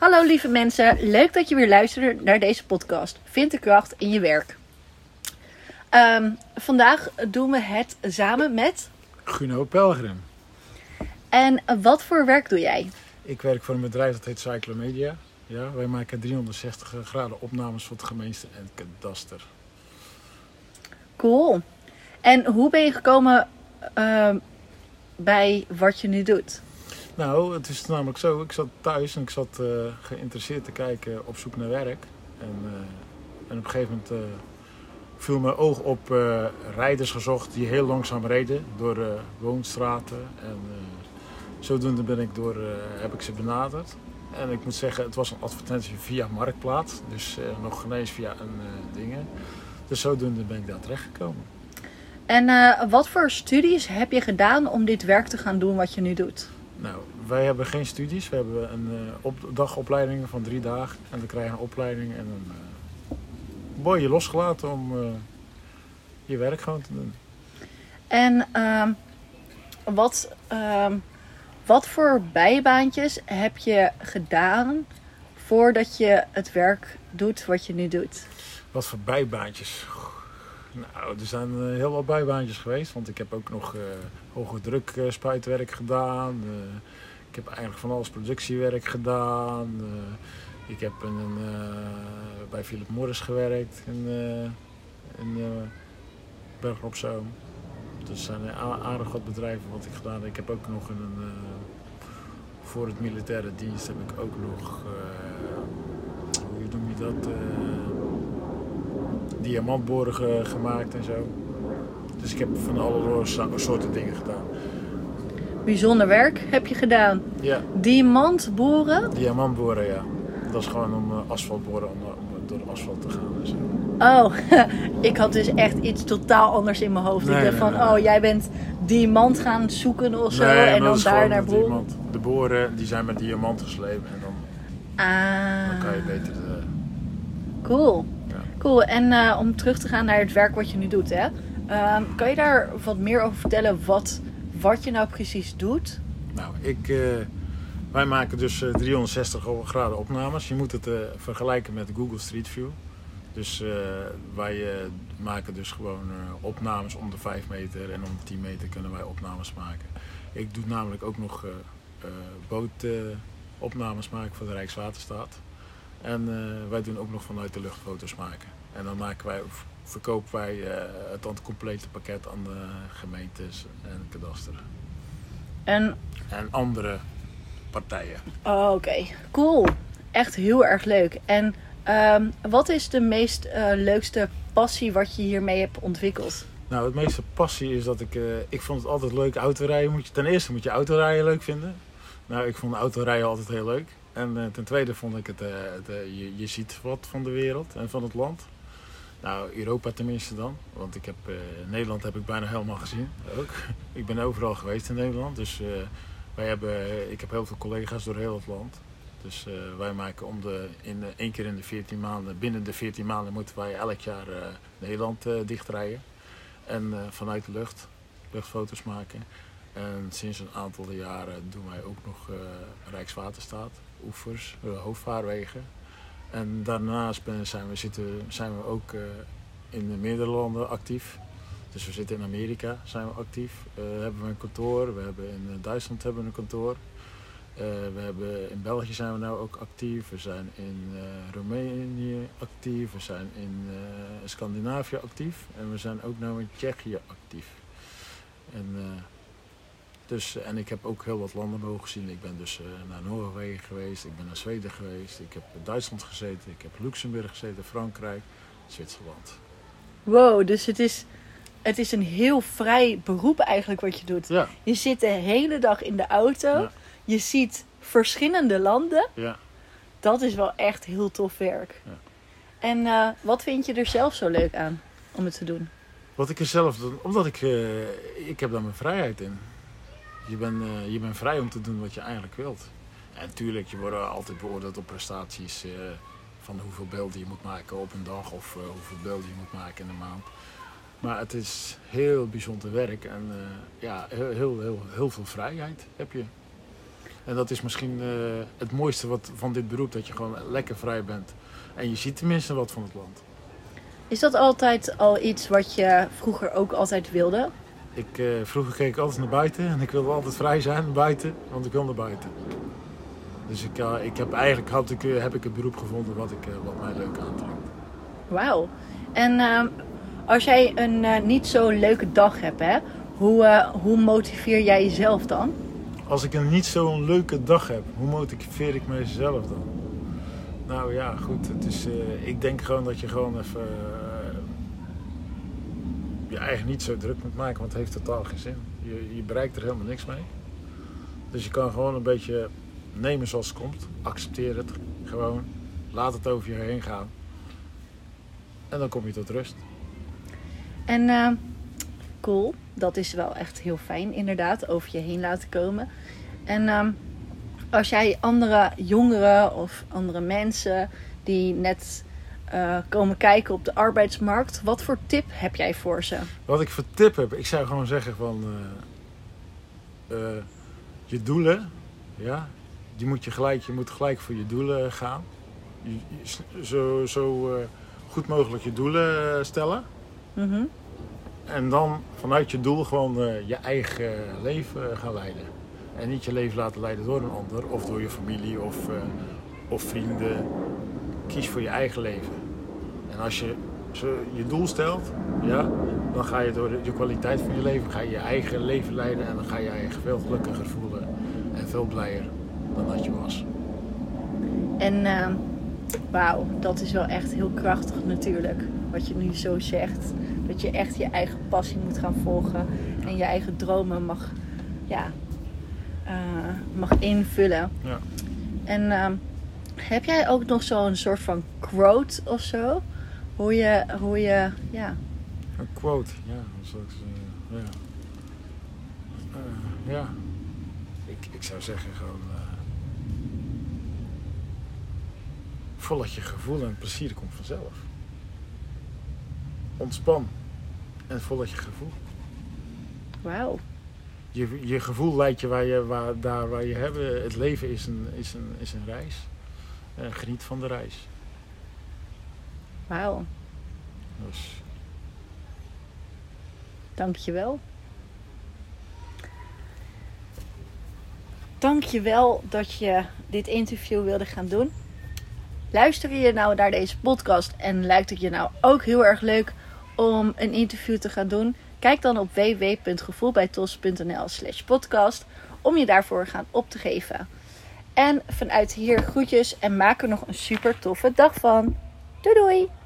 Hallo lieve mensen, leuk dat je weer luistert naar deze podcast. Vind de kracht in je werk. Vandaag doen we het samen met... Guno Pelgrim. En wat voor werk doe jij? Ik werk voor een bedrijf dat heet Cyclomedia. Ja, wij maken 360 graden opnames voor het gemeente en het kadaster. Cool. En hoe ben je gekomen bij wat je nu doet? Nou, het is namelijk zo. Ik zat thuis en ik zat geïnteresseerd te kijken op zoek naar werk. En op een gegeven moment viel mijn oog op rijders gezocht die heel langzaam reden door woonstraten. En zodoende heb ik ze benaderd. En ik moet zeggen, het was een advertentie via Marktplaats. Dus nog geen eens via een dingen. Dus zodoende ben ik daar terechtgekomen. En wat voor studies heb je gedaan om dit werk te gaan doen wat je nu doet? Nou, wij hebben geen studies. We hebben een dagopleiding van 3 dagen. En dan krijg je een opleiding en dan word je losgelaten om je werk gewoon te doen. En wat voor bijbaantjes heb je gedaan voordat je het werk doet wat je nu doet? Wat voor bijbaantjes? Nou, er zijn heel wat bijbaantjes geweest. Want ik heb ook nog hoge druk spuitwerk gedaan. Ik heb eigenlijk van alles productiewerk gedaan. Ik heb bij Philip Morris gewerkt in Bergen op Zoom. Dus er zijn aardig wat bedrijven wat ik gedaan heb. Ik heb ook nog voor het militaire dienst heb ik ook nog, hoe noem je dat, diamantboren gemaakt en zo. Dus ik heb van alle soorten dingen gedaan. Bijzonder werk heb je gedaan. Ja. Diamantboren? Diamantboren, ja. Dat is gewoon om asfalt boren, om door asfalt te gaan en zo. Oh, ik had dus echt iets totaal anders in mijn hoofd. Ik dacht van, jij bent diamant gaan zoeken of zo en dan daar naar boren. De boren die zijn met diamant geslepen en dan kan je beter... Cool. Ja. Cool. En om terug te gaan naar het werk wat je nu doet, hè? Kan je daar wat meer over vertellen wat je nou precies doet? Nou, wij maken dus 360 graden opnames. Je moet het vergelijken met Google Street View. Dus wij maken dus gewoon opnames om de 5 meter en om de 10 meter kunnen wij opnames maken. Ik doe namelijk ook nog bootopnames maken voor de Rijkswaterstaat. En wij doen ook nog vanuit de lucht foto's maken. En dan verkopen wij het complete pakket aan de gemeentes en kadaster. En andere partijen. Oh, oké. Cool. Echt heel erg leuk. En wat is de meest leukste passie wat je hiermee hebt ontwikkeld? Nou, het meeste passie is dat ik vond het altijd leuk autorijden. Ten eerste moet je autorijden leuk vinden. Nou, ik vond autorijden altijd heel leuk. En ten tweede vond ik je ziet wat van de wereld en van het land. Nou, Europa tenminste dan. Want Nederland heb ik bijna helemaal gezien ook. Ik ben overal geweest in Nederland. Dus ik heb heel veel collega's door heel het land. Dus wij maken één keer in de 14 maanden, binnen de 14 maanden moeten wij elk jaar Nederland dichtrijden. En vanuit de luchtfoto's maken. En sinds een aantal jaren doen wij ook nog Rijkswaterstaat, oevers, hoofdvaarwegen. En daarnaast zijn we ook in meerdere landen actief. Dus we zitten in Amerika, zijn we actief. Hebben we een kantoor. We hebben in Duitsland hebben we een kantoor. In België zijn we nou ook actief. We zijn in Roemenië actief. We zijn in Scandinavië actief. En we zijn ook nou in Tsjechië actief. En ik heb ook heel wat landen mogen zien. Ik ben dus naar Noorwegen geweest. Ik ben naar Zweden geweest. Ik heb in Duitsland gezeten. Ik heb Luxemburg gezeten. Frankrijk. Zwitserland. Wow, dus het is een heel vrij beroep eigenlijk wat je doet. Ja. Je zit de hele dag in de auto. Ja. Je ziet verschillende landen. Ja. Dat is wel echt heel tof werk. Ja. En wat vind je er zelf zo leuk aan om het te doen? Wat ik er zelf doe, omdat ik heb daar mijn vrijheid in. Je bent vrij om te doen wat je eigenlijk wilt. En natuurlijk, je wordt altijd beoordeeld op prestaties van hoeveel beelden je moet maken op een dag of hoeveel beelden je moet maken in een maand. Maar het is heel bijzonder werk en heel veel vrijheid heb je. En dat is misschien het mooiste van dit beroep, dat je gewoon lekker vrij bent. En je ziet tenminste wat van het land. Is dat altijd al iets wat je vroeger ook altijd wilde? Vroeger keek ik altijd naar buiten en ik wilde altijd vrij zijn naar buiten, want ik wil naar buiten. Dus heb ik het beroep gevonden wat mij leuk aantrekt. Wauw. En als jij een niet zo leuke dag hebt, hè, hoe motiveer jij jezelf dan? Als ik een niet zo'n leuke dag heb, hoe motiveer ik mezelf dan? Nou ja, goed. Ik denk gewoon dat je gewoon even je eigen niet zo druk moet maken, want het heeft totaal geen zin. Je bereikt er helemaal niks mee. Dus je kan gewoon een beetje nemen zoals het komt. Accepteer het gewoon. Laat het over je heen gaan. En dan kom je tot rust. En cool. Dat is wel echt heel fijn inderdaad. Over je heen laten komen. En als jij andere jongeren of andere mensen die net komen kijken op de arbeidsmarkt. Wat voor tip heb jij voor ze? Wat ik voor tip heb? Ik zou gewoon zeggen van je doelen. Ja, je moet gelijk voor je doelen gaan. Zo goed mogelijk je doelen stellen. Mm-hmm. En dan vanuit je doel gewoon je eigen leven gaan leiden. En niet je leven laten leiden door een ander of door je familie of vrienden. Kies voor je eigen leven. En als je je doel stelt, ja, dan ga je door de kwaliteit van je leven, ga je je eigen leven leiden en dan ga je je veel gelukkiger voelen en veel blijer dan dat je was. En wauw, dat is wel echt heel krachtig natuurlijk. Wat je nu zo zegt. Dat je echt je eigen passie moet gaan volgen. En je eigen dromen mag invullen. Ja. En heb jij ook nog zo'n soort van quote of zo? Hoe je ja. Een quote, ja. Dat zou ik zeggen, ja. Ja. Ik zou zeggen gewoon volg je gevoel en het plezier komt vanzelf. Ontspan en volg je gevoel. Wauw. Je gevoel leidt je waar je hebben. Het leven is een reis. Geniet van de reis. Wauw. Dus. Dankjewel. Dankjewel dat je dit interview wilde gaan doen. Luister je nou naar deze podcast en lijkt het je nou ook heel erg leuk om een interview te gaan doen? Kijk dan op www.gevoelbijtos.nl/podcast om je daarvoor gaan op te geven. En vanuit hier groetjes en maak er nog een super toffe dag van. Doei doei!